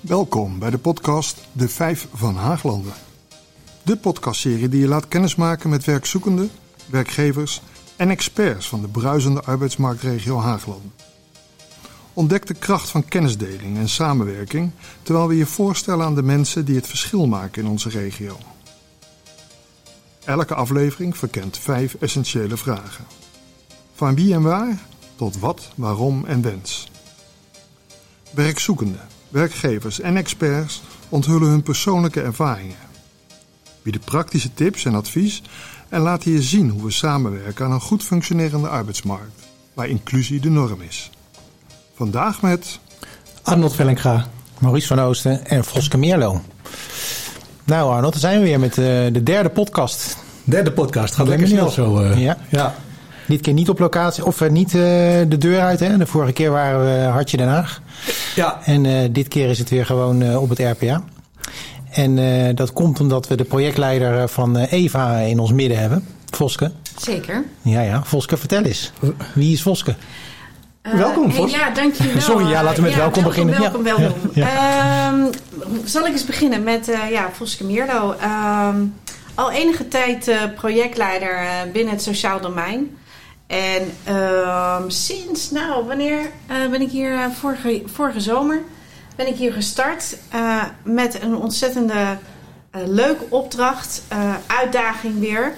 Welkom bij de podcast De 5 van Haaglanden. De podcastserie die je laat kennismaken met werkzoekenden, werkgevers en experts van de bruisende arbeidsmarktregio Haaglanden. Ontdek de kracht van kennisdeling en samenwerking terwijl we je voorstellen aan de mensen die het verschil maken in onze regio. Elke aflevering verkent 5 essentiële vragen. Van wie en waar tot wat, waarom en wens. Werkzoekenden, werkgevers en experts onthullen hun persoonlijke ervaringen. Bieden praktische tips en advies en laten je zien hoe we samenwerken aan een goed functionerende arbeidsmarkt, waar inclusie de norm is. Vandaag met Arnold Vellinga, Maurice van Oosten en Voske Meerlo. Nou Arnold, dan zijn we weer met de derde podcast. Derde podcast, gaat lekker snel zo. Ja. Dit keer niet op locatie, of niet de deur uit. Hè? De vorige keer waren we Hartje Den Haag. Ja. En dit keer is het weer gewoon op het RPA. En dat komt omdat we de projectleider van Eva in ons midden hebben. Voske. Zeker. Ja. Voske, vertel eens. Wie is Voske? Welkom, Vos. Ja, dankjewel. Sorry, laten we met welkom beginnen. Welkom. Ja. Zal ik eens beginnen met Voske Meerlo. Al enige tijd projectleider binnen het sociaal domein. En sinds, wanneer ben ik hier? Vorige zomer ben ik hier gestart met een ontzettende leuke opdracht, uitdaging weer.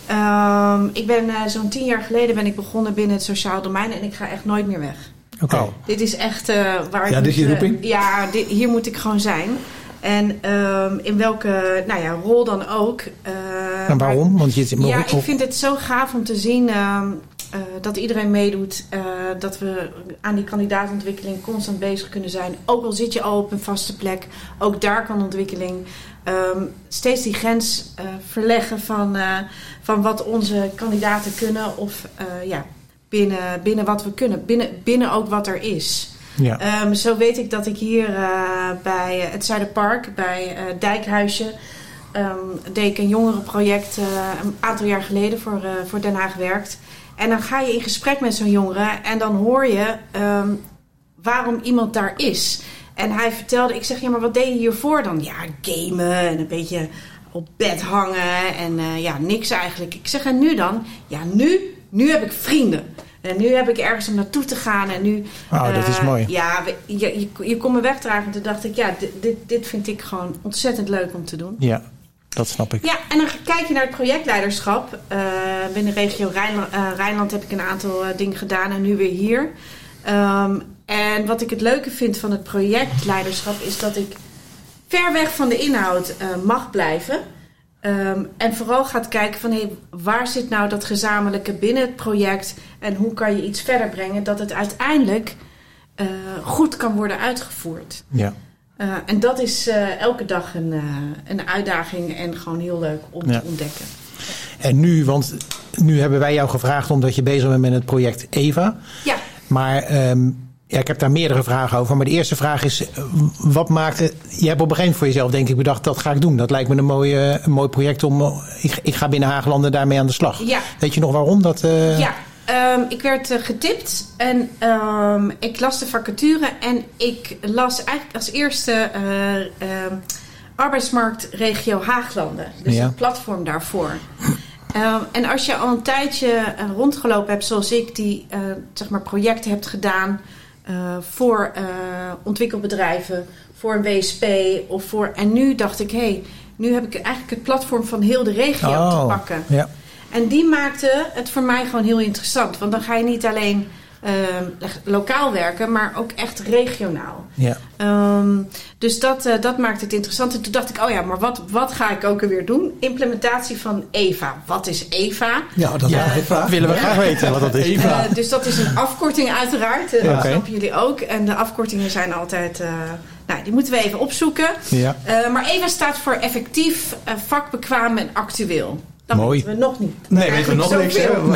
Ik ben zo'n 10 jaar geleden ben ik begonnen binnen het sociaal domein en ik ga echt nooit meer weg. Oké. Dit is echt waar ik dit is je roeping? Hier moet ik gewoon zijn. En in welke rol dan ook. En waarom? Want ik vind het zo gaaf om te zien dat iedereen meedoet. Dat we aan die kandidaatontwikkeling constant bezig kunnen zijn. Ook al zit je al op een vaste plek. Ook daar kan ontwikkeling. Steeds die grens verleggen van wat onze kandidaten kunnen. Of binnen wat we kunnen. Binnen ook wat er is. Ja. Zo weet ik dat ik hier bij het Zuiderpark, bij Dijkhuisje, deed ik een jongerenproject een aantal jaar geleden voor Den Haag Werkt. En dan ga je in gesprek met zo'n jongere en dan hoor je waarom iemand daar is. En hij vertelde, ik zeg, maar wat deed je hiervoor dan? Ja, gamen en een beetje op bed hangen en niks eigenlijk. Ik zeg, en nu dan? Ja, nu heb ik vrienden. En nu heb ik ergens om naartoe te gaan. En nu, dat is mooi. Ja, je kon me wegdragen. En toen dacht ik, dit vind ik gewoon ontzettend leuk om te doen. Ja, dat snap ik. Ja, en dan kijk je naar het projectleiderschap. Binnen de regio Rijnland heb ik een aantal dingen gedaan. En nu weer hier. En wat ik het leuke vind van het projectleiderschap is dat ik ver weg van de inhoud mag blijven. En vooral gaat kijken van waar zit nou dat gezamenlijke binnen het project en hoe kan je iets verder brengen dat het uiteindelijk goed kan worden uitgevoerd. Ja. En dat is elke dag een uitdaging en gewoon heel leuk om te ontdekken. En nu, want nu hebben wij jou gevraagd omdat je bezig bent met het project Eva. Ja. Maar ik heb daar meerdere vragen over. Maar de eerste vraag is, wat maakt het... Je hebt op een gegeven moment voor jezelf denk ik bedacht, dat ga ik doen. Dat lijkt me een mooi project om... Ik ga binnen Haaglanden daarmee aan de slag. Ja. Weet je nog waarom? Ik werd getipt en ik las de vacature. En ik las eigenlijk als eerste arbeidsmarktregio Haaglanden. Dus een platform daarvoor. En als je al een tijdje rondgelopen hebt zoals ik, die projecten hebt gedaan voor ontwikkelbedrijven, voor een WSP of voor. En nu dacht ik, nu heb ik eigenlijk het platform van heel de regio te pakken. Ja. En die maakte het voor mij gewoon heel interessant. Want dan ga je niet alleen lokaal werken, maar ook echt regionaal. Ja. Dus dat maakt het interessant. En toen dacht ik, maar wat ga ik ook alweer doen? Implementatie van Eva. Wat is Eva? Ja, dat willen we graag weten wat dat is. Eva. Dus dat is een afkorting uiteraard. Dat snappen jullie ook. En de afkortingen zijn altijd... die moeten we even opzoeken. Ja. Maar Eva staat voor effectief, vakbekwaam en actueel. Dat mooi. weten we nog niet. Nee, weten we nog niks.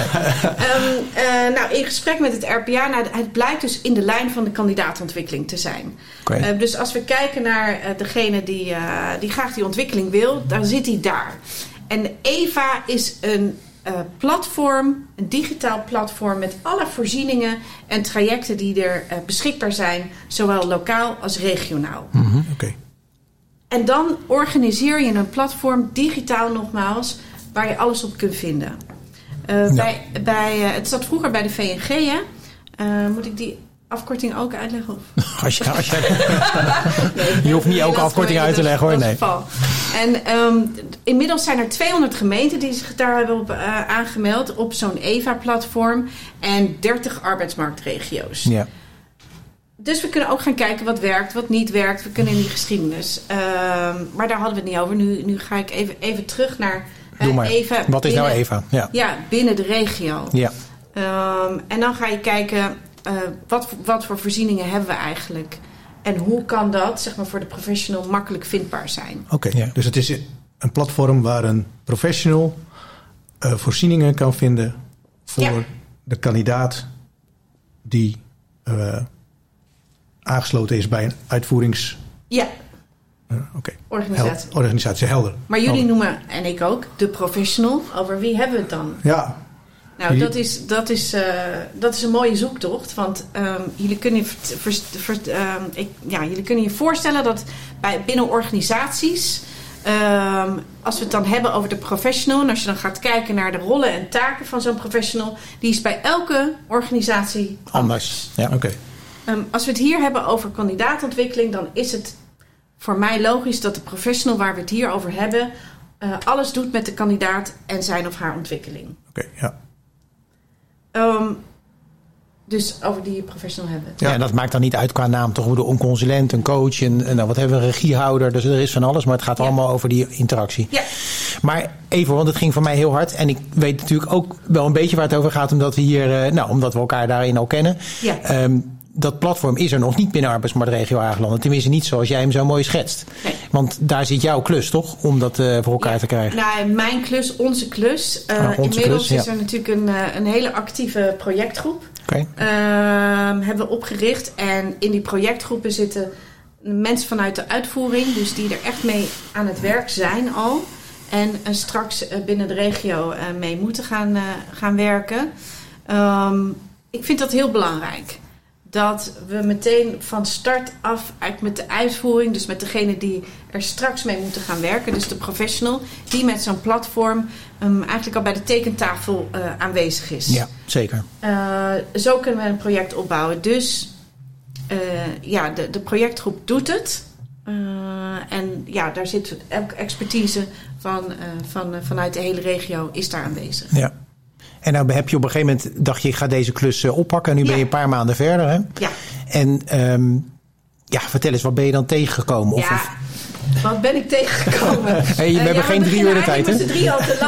In gesprek met het RPA, het blijkt dus in de lijn van de kandidaatontwikkeling te zijn. Okay. Dus als we kijken naar degene die graag die ontwikkeling wil, dan zit hij daar. En Eva is een platform, een digitaal platform met alle voorzieningen en trajecten die er beschikbaar zijn, zowel lokaal als regionaal. Mm-hmm, okay. En dan organiseer je een platform, digitaal nogmaals, waar je alles op kunt vinden. Het zat vroeger bij de VNG, hè? Moet ik die afkorting ook uitleggen? Als je je hoeft niet elke afkorting uit te leggen, hoor. Nee. En inmiddels zijn er 200 gemeenten die zich daar hebben op aangemeld op zo'n EVA-platform en 30 arbeidsmarktregio's. Ja. Dus we kunnen ook gaan kijken wat werkt, wat niet werkt. We kunnen in die geschiedenis. Maar daar hadden we het niet over. Nu ga ik even terug naar EVA. Wat is nou EVA? Ja, binnen de regio. Ja. En dan ga je kijken, wat voor voorzieningen hebben we eigenlijk? En hoe kan dat, zeg maar, voor de professional makkelijk vindbaar zijn? Oké. Dus het is een platform waar een professional voorzieningen kan vinden voor de kandidaat die aangesloten is bij een uitvoerings... Organisatie, helder. Maar jullie noemen, en ik ook, de professional. Over wie hebben we het dan? Ja. Nou, dat is een mooie zoektocht. Want jullie kunnen je voorstellen dat binnen organisaties, als we het dan hebben over de professional, en als je dan gaat kijken naar de rollen en taken van zo'n professional, die is bij elke organisatie anders. Ja, oké. Als we het hier hebben over kandidaatontwikkeling, dan is het voor mij logisch dat de professional waar we het hier over hebben, alles doet met de kandidaat en zijn of haar ontwikkeling. Oké, ja. Dus over die professional hebben. Ja, en dat maakt dan niet uit qua naam. Toch een consulent, een coach en wat hebben we, een regiehouder. Dus er is van alles, maar het gaat allemaal over die interactie. Ja. Maar even, want het ging voor mij heel hard. En ik weet natuurlijk ook wel een beetje waar het over gaat. Omdat we hier, omdat we elkaar daarin al kennen. Ja. Dat platform is er nog niet binnen arbeidsmarktregio Haaglanden. Tenminste niet zoals jij hem zo mooi schetst. Nee. Want daar zit jouw klus, toch? Om dat voor elkaar te krijgen. Nou, mijn klus, onze klus. Inmiddels is er natuurlijk een hele actieve projectgroep. Okay. Hebben we opgericht. En in die projectgroepen zitten mensen vanuit de uitvoering. Dus die er echt mee aan het werk zijn al. En straks binnen de regio mee moeten gaan werken. Ik vind dat heel belangrijk. Dat we meteen van start af, eigenlijk met de uitvoering, dus met degene die er straks mee moeten gaan werken, dus de professional, die met zo'n platform eigenlijk al bij de tekentafel aanwezig is. Ja, zeker. Zo kunnen we een project opbouwen. Dus de projectgroep doet het. En daar zit elke expertise vanuit de hele regio is daar aanwezig. Ja. En nou heb je op een gegeven moment, dacht je, ik ga deze klus oppakken. En nu ben je een paar maanden verder, hè? Ja. En vertel eens, wat ben je dan tegengekomen? Wat ben ik tegengekomen? We hebben geen 3 uur de tijd, hè? We moesten 3 al te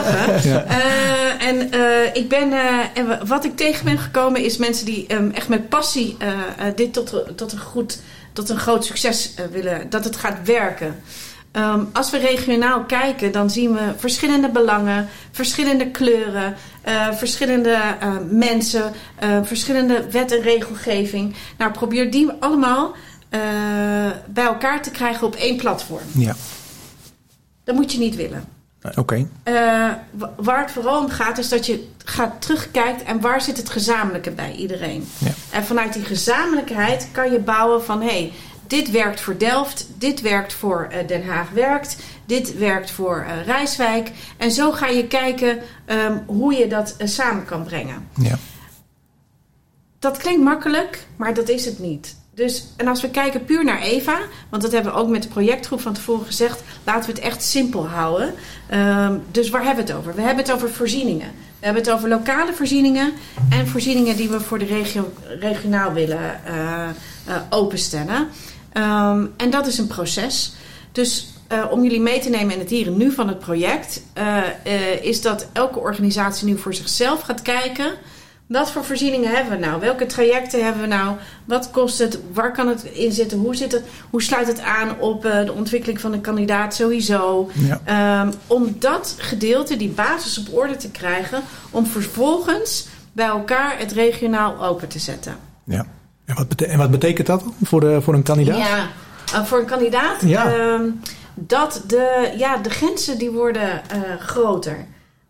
lachen. Wat ik tegen ben gekomen is mensen die echt met passie dit tot een groot succes willen. Dat het gaat werken. Als we regionaal kijken, dan zien we verschillende belangen, verschillende kleuren, verschillende mensen, verschillende wet en regelgeving. Nou, probeer die allemaal bij elkaar te krijgen op 1 platform. Ja. Dat moet je niet willen. Oké. Waar het vooral om gaat, is dat je gaat terugkijkt en waar zit het gezamenlijke bij iedereen. Ja. En vanuit die gezamenlijkheid kan je bouwen van, dit werkt voor Delft, dit werkt voor Den Haag werkt, dit werkt voor Rijswijk. En zo ga je kijken hoe je dat samen kan brengen. Ja. Dat klinkt makkelijk, maar dat is het niet. Dus, en als we kijken puur naar EVA, want dat hebben we ook met de projectgroep van tevoren gezegd, laten we het echt simpel houden. Dus waar hebben we het over? We hebben het over voorzieningen. We hebben het over lokale voorzieningen en voorzieningen die we voor de regionaal willen openstellen. En dat is een proces. Dus om jullie mee te nemen in het hier en nu van het project, is dat elke organisatie nu voor zichzelf gaat kijken. Wat voor voorzieningen hebben we nou? Welke trajecten hebben we nou? Wat kost het? Waar kan het in zitten? Hoe zit het? Hoe sluit het aan op de ontwikkeling van de kandidaat sowieso? Ja. Om dat gedeelte, die basis op orde te krijgen, om vervolgens bij elkaar het regionaal open te zetten. Ja. En wat betekent dat voor een kandidaat? Ja, voor een kandidaat? Ja. Dat de grenzen die worden groter.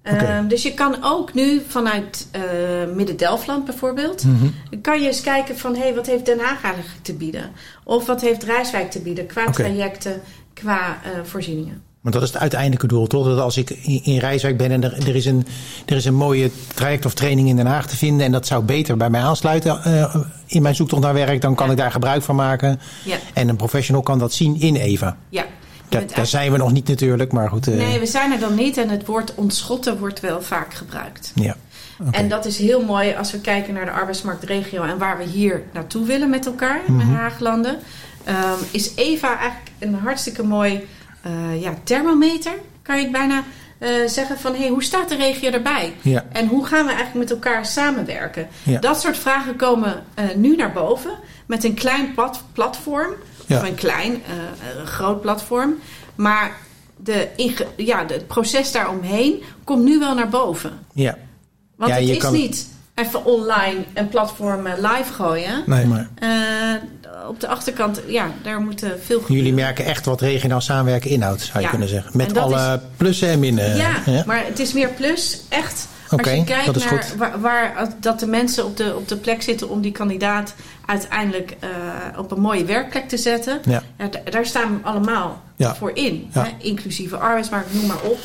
Okay. Dus je kan ook nu vanuit Midden-Delfland bijvoorbeeld... kan je eens kijken van... wat heeft Den Haag eigenlijk te bieden? Of wat heeft Rijswijk te bieden qua trajecten, qua voorzieningen? Want dat is het uiteindelijke doel, toch? Dat als ik in Rijswijk ben en er is een mooie traject of training in Den Haag te vinden... en dat zou beter bij mij aansluiten in mijn zoektocht naar werk... dan kan ik daar gebruik van maken. Ja. En een professional kan dat zien in Eva. Ja. Daar zijn we nog niet natuurlijk, maar goed. Nee, we zijn er dan niet en het woord ontschotten wordt wel vaak gebruikt. Ja. Okay. En dat is heel mooi als we kijken naar de arbeidsmarktregio... en waar we hier naartoe willen met elkaar, met Haaglanden... is Eva eigenlijk een hartstikke mooi thermometer, kan je bijna zeggen van... hoe staat de regio erbij? Ja. En hoe gaan we eigenlijk met elkaar samenwerken? Ja. Dat soort vragen komen nu naar boven met een klein platform... Ja. Of een groot platform. Maar het proces daaromheen komt nu wel naar boven. Ja. Want het is niet even online een platform live gooien. Nee, maar... op de achterkant, daar moeten veel gebeuren. Jullie merken echt wat regionaal samenwerken inhoudt, zou je kunnen zeggen. Met alle plussen en minnen. Ja, maar het is meer plus, echt... Als je kijkt naar waar dat de mensen op de plek zitten om die kandidaat uiteindelijk op een mooie werkplek te zetten. Ja. Daar staan we allemaal voor in. Ja. Hè? Inclusieve arbeidsmarkt, noem maar op.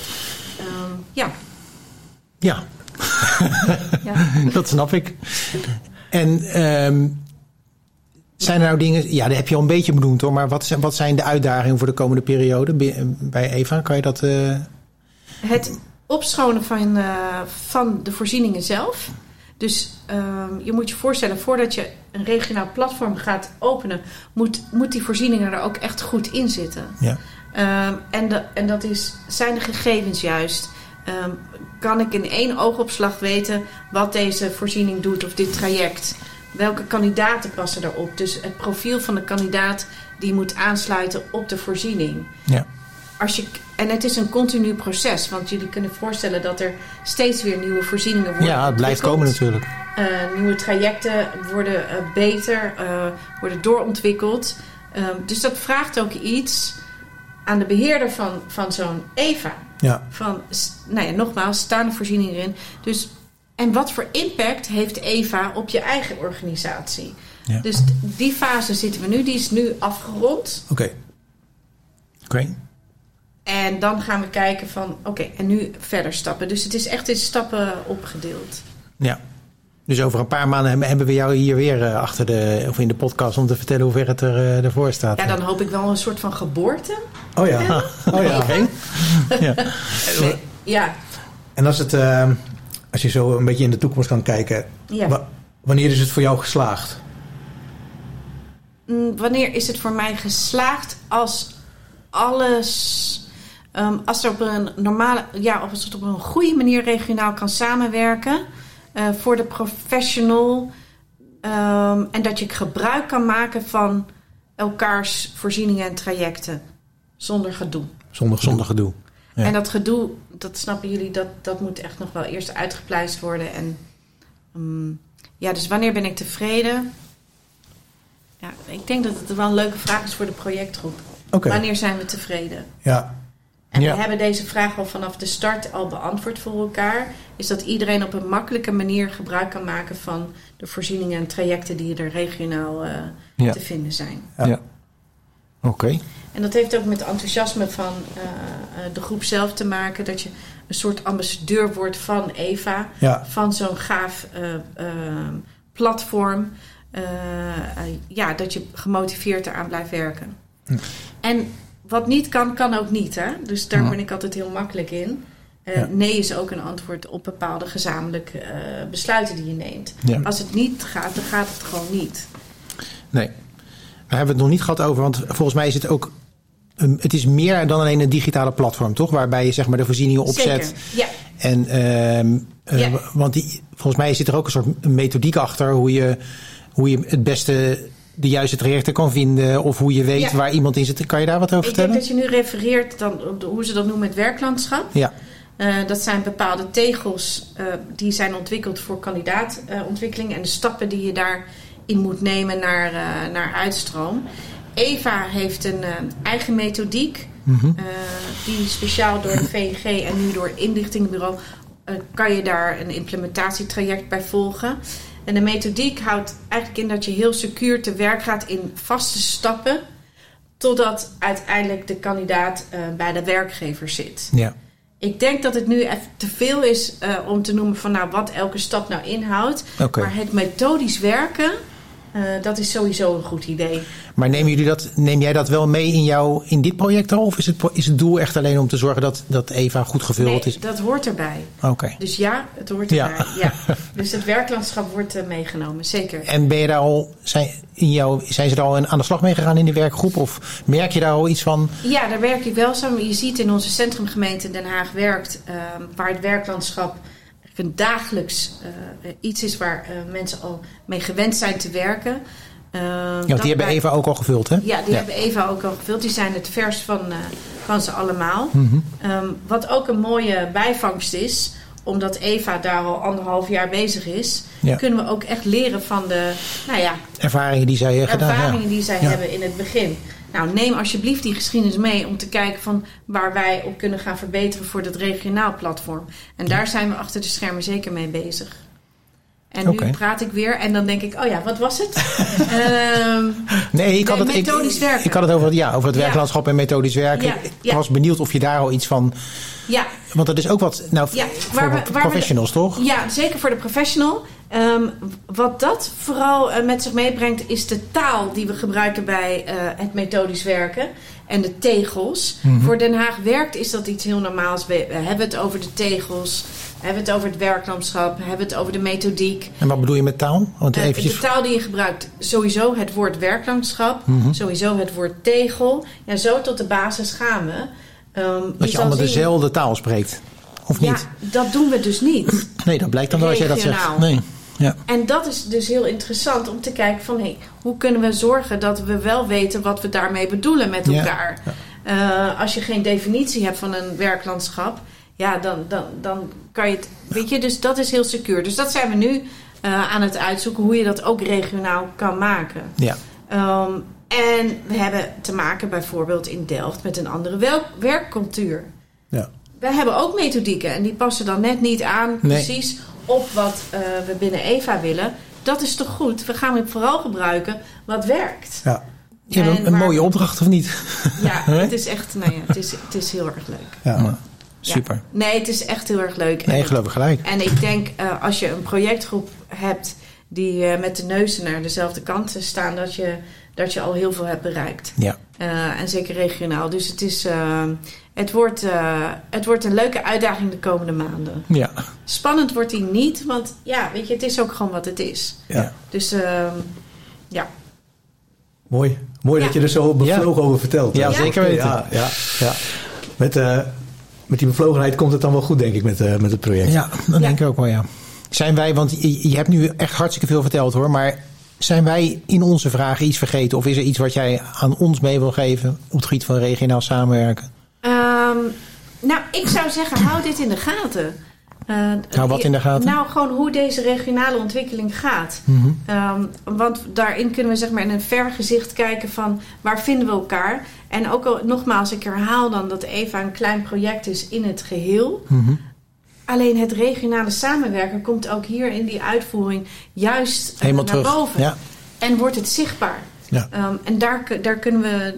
Ja. Dat snap ik. En zijn er nou dingen... Ja, dat heb je al een beetje benoemd hoor. Maar wat zijn de uitdagingen voor de komende periode bij Eva? Kan je dat... Het opschonen van de voorzieningen zelf. Dus je moet je voorstellen, voordat je een regionaal platform gaat openen, moet die voorzieningen er ook echt goed in zitten. Ja. En dat zijn de gegevens juist. Kan ik in 1 oogopslag weten wat deze voorziening doet of dit traject? Welke kandidaten passen daarop? Dus het profiel van de kandidaat die moet aansluiten op de voorziening. Ja. En het is een continu proces. Want jullie kunnen voorstellen dat er steeds weer nieuwe voorzieningen worden. Ja, het blijft komen natuurlijk. Nieuwe trajecten worden beter, worden doorontwikkeld. Dus dat vraagt ook iets aan de beheerder van zo'n Eva. Ja. Van, nogmaals, staan de voorzieningen erin. Dus, en wat voor impact heeft Eva op je eigen organisatie? Ja. Dus die fase zitten we nu. Die is nu afgerond. Oké. En dan gaan we kijken van, en nu verder stappen. Dus het is echt in stappen opgedeeld. Ja. Dus over een paar maanden hebben we jou hier weer in de podcast om te vertellen hoe ver het ervoor staat. Ja, dan hoop ik wel een soort van geboorte. Oh ja. Okay. Ja. Nee, ja. En als je zo een beetje in de toekomst kan kijken, wanneer is het voor jou geslaagd? Wanneer is het voor mij geslaagd als als er op een normale, als het op een goede manier regionaal kan samenwerken voor de professional en dat je gebruik kan maken van elkaars voorzieningen en trajecten zonder gedoe. Zonder gedoe. Ja. En dat gedoe, dat snappen jullie, dat moet echt nog wel eerst uitgepleist worden. En dus wanneer ben ik tevreden? Ja, ik denk dat het wel een leuke vraag is voor de projectgroep. Okay. Wanneer zijn we tevreden? Ja. En we hebben deze vraag al vanaf de start al beantwoord voor elkaar. Is dat iedereen op een makkelijke manier gebruik kan maken van de voorzieningen en trajecten die er regionaal te vinden zijn. Ja. Oké. En dat heeft ook met enthousiasme van de groep zelf te maken. Dat je een soort ambassadeur wordt van Eva. Ja. Van zo'n gaaf platform. Dat je gemotiveerd eraan blijft werken. En wat niet kan ook niet. Hè? Dus daar ben ik altijd heel makkelijk in. Nee is ook een antwoord op bepaalde gezamenlijke besluiten die je neemt. Ja. Als het niet gaat, dan gaat het gewoon niet. Nee. We hebben het nog niet gehad over, want volgens mij is het ook... Het is meer dan alleen een digitale platform, toch? Waarbij je zeg maar de voorzieningen opzet. Zeker, ja. En want volgens mij zit er ook een soort methodiek achter hoe je het beste de juiste trajecten kan vinden of hoe je weet waar iemand in zit. Kan je daar wat over vertellen? Ik denk dat je nu refereert dan hoe ze dat noemen het werklandschap. Ja. Dat zijn bepaalde tegels die zijn ontwikkeld voor kandidaatontwikkeling en de stappen die je daarin moet nemen naar uitstroom. Eva heeft een eigen methodiek die speciaal door de VNG en nu door het inlichtingenbureau kan je daar een implementatietraject bij volgen. En de methodiek houdt eigenlijk in dat je heel secuur te werk gaat in vaste stappen, totdat uiteindelijk de kandidaat bij de werkgever zit. Ja. Ik denk dat het nu even te veel is om te noemen van wat elke stap nou inhoudt. Okay. Maar het methodisch werken, dat is sowieso een goed idee. Maar neem jij dat wel mee in dit project al? Of is het doel echt alleen om te zorgen dat Eva goed gevuld is? Nee, dat hoort erbij. Okay. Dus ja, het hoort erbij. Ja. Dus het werklandschap wordt meegenomen, zeker. En ben je daar al, zijn ze er al aan de slag mee gegaan in de werkgroep? Of merk je daar al iets van? Ja, daar werk ik wel samen. Je ziet in onze centrumgemeente Den Haag werkt, waar het werklandschap een dagelijks iets is waar mensen al mee gewend zijn te werken. Die hebben Eva ook al gevuld, hè? Ja, die hebben Eva ook al gevuld. Die zijn het vers van ze allemaal. Mm-hmm. Wat ook een mooie bijvangst is, omdat Eva daar al 1,5 jaar bezig is, kunnen we ook echt leren van de ervaringen die zij hebben in het begin. Nou, neem alsjeblieft die geschiedenis mee om te kijken van waar wij op kunnen gaan verbeteren voor dat regionaal platform. En daar zijn we achter de schermen zeker mee bezig. En nu praat ik weer en dan denk ik, wat was het? Methodisch werken. Ik had het over het werklandschap en methodisch werken. Ik was benieuwd of je daar al iets van... Ja. Want dat is ook wat voor professionals, toch? Ja, zeker voor de professional. Wat dat vooral met zich meebrengt is de taal die we gebruiken bij het methodisch werken. En de tegels. Mm-hmm. Voor Den Haag werkt is dat iets heel normaals. We hebben het over de tegels. We hebben het over het werklandschap. We hebben het over de methodiek. En wat bedoel je met taal? Want de taal die je gebruikt. Sowieso het woord werklandschap. Mm-hmm. Sowieso het woord tegel. Ja, zo tot de basis gaan we. Dat je allemaal dezelfde taal spreekt. Of niet? Ja, dat doen we dus niet. Nee, dat blijkt dan wel als jij dat zegt. Nee. Ja. En dat is dus heel interessant om te kijken van hoe kunnen we zorgen dat we wel weten wat we daarmee bedoelen met elkaar. Ja. Als je geen definitie hebt van een werklandschap, dan kan je het, weet je, dus dat is heel secuur. Dus dat zijn we nu aan het uitzoeken hoe je dat ook regionaal kan maken. Ja. En we hebben te maken bijvoorbeeld in Delft met een andere werkcultuur. Ja. We hebben ook methodieken en die passen dan net niet aan precies op wat we binnen Eva willen. Dat is toch goed? We gaan het vooral gebruiken wat werkt. Ja. Je hebt een mooie opdracht, of niet? Ja, het is echt, het is heel erg leuk. Ja. Super. Ja. Nee, het is echt heel erg leuk. Nee, geloof ik gelijk. En ik denk, als je een projectgroep hebt die met de neuzen naar dezelfde kant staan, dat je al heel veel hebt bereikt. Ja. En zeker regionaal. Dus het wordt een leuke uitdaging de komende maanden. Ja. Spannend wordt die niet, want weet je, het is ook gewoon wat het is. Ja. Dus Mooi dat je er zo bevlogen over vertelt. Ja, zeker weten. Ja. Met die bevlogenheid komt het dan wel goed, denk ik, met het project. Ja, dat denk ik ook wel, ja. Zijn wij, want je hebt nu echt hartstikke veel verteld hoor, maar zijn wij in onze vragen iets vergeten? Of is er iets wat jij aan ons mee wil geven op het gebied van regionaal samenwerken? Ik zou zeggen, hou dit in de gaten. Hou wat in de gaten? Nou, gewoon hoe deze regionale ontwikkeling gaat. Mm-hmm. Want daarin kunnen we zeg maar in een vergezicht kijken van waar vinden we elkaar. En ook nogmaals, ik herhaal dan dat Eva een klein project is in het geheel. Mm-hmm. Alleen het regionale samenwerken komt ook hier in die uitvoering juist helemaal naar terug. Boven. Ja. En wordt het zichtbaar. Ja. En daar kunnen we...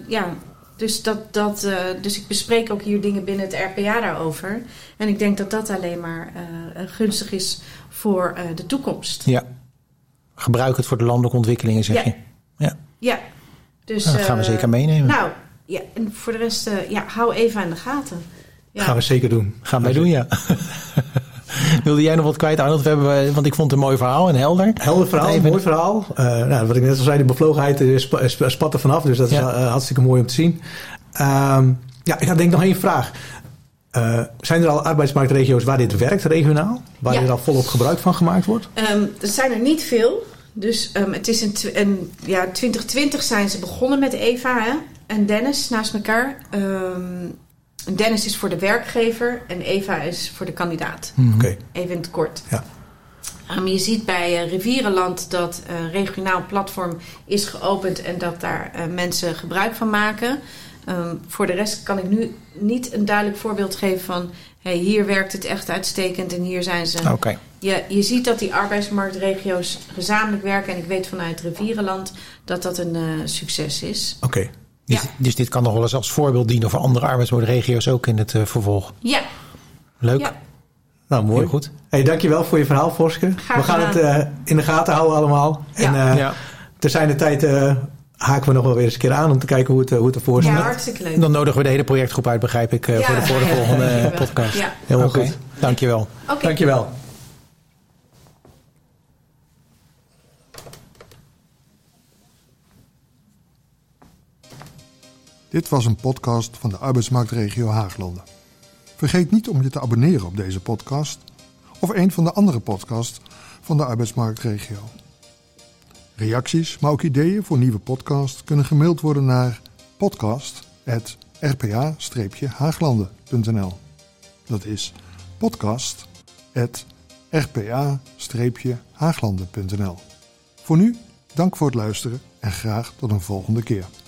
Dus ik bespreek ook hier dingen binnen het RPA daarover. En ik denk dat dat alleen maar gunstig is voor de toekomst. Ja. Gebruik het voor de landelijke ontwikkelingen, zeg je. Ja. Dus, dat gaan we zeker meenemen. Nou, ja, en voor de rest, hou even aan de gaten. Ja. Gaan we zeker doen. Gaan wij doen, ja. Wilde jij nog wat kwijt, Arnold? Want ik vond het een mooi verhaal en helder. Helder verhaal, mooi verhaal. Wat ik net al zei, de bevlogenheid spat er vanaf. Dus dat is hartstikke mooi om te zien. Ik had denk nog één vraag. Zijn er al arbeidsmarktregio's waar dit werkt regionaal? Waar er al volop gebruik van gemaakt wordt? Er zijn er niet veel. Dus het is in 2020 zijn ze begonnen met Eva en Dennis naast elkaar. Dennis is voor de werkgever en Eva is voor de kandidaat. Okay. Even in het kort. Ja. Je ziet bij Rivierenland dat een regionaal platform is geopend en dat daar mensen gebruik van maken. Voor de rest kan ik nu niet een duidelijk voorbeeld geven van hier werkt het echt uitstekend en hier zijn ze. Oké. Je ziet dat die arbeidsmarktregio's gezamenlijk werken. En ik weet vanuit Rivierenland dat een succes is. Oké. Dus dit kan nog wel eens als voorbeeld dienen voor andere arbeidsmarktregio's ook in het vervolg. Ja. Leuk. Ja. Nou, mooi. Heel goed. Hey, dankjewel voor je verhaal, Voske. We gaan het in de gaten houden allemaal. Ja. En ter zijner tijd haken we nog wel weer eens een keer aan om te kijken hoe het ervoor staat. Ja, hartstikke leuk. Dan nodigen we de hele projectgroep uit, begrijp ik, voor de volgende podcast. Ja. Helemaal Oké. goed. Dankjewel. Okay. Dankjewel. Dit was een podcast van de arbeidsmarktregio Haaglanden. Vergeet niet om je te abonneren op deze podcast of een van de andere podcasts van de arbeidsmarktregio. Reacties, maar ook ideeën voor nieuwe podcasts kunnen gemaild worden naar podcast@rpa-haaglanden.nl. Dat is podcast@rpa-haaglanden.nl. Voor nu, dank voor het luisteren en graag tot een volgende keer.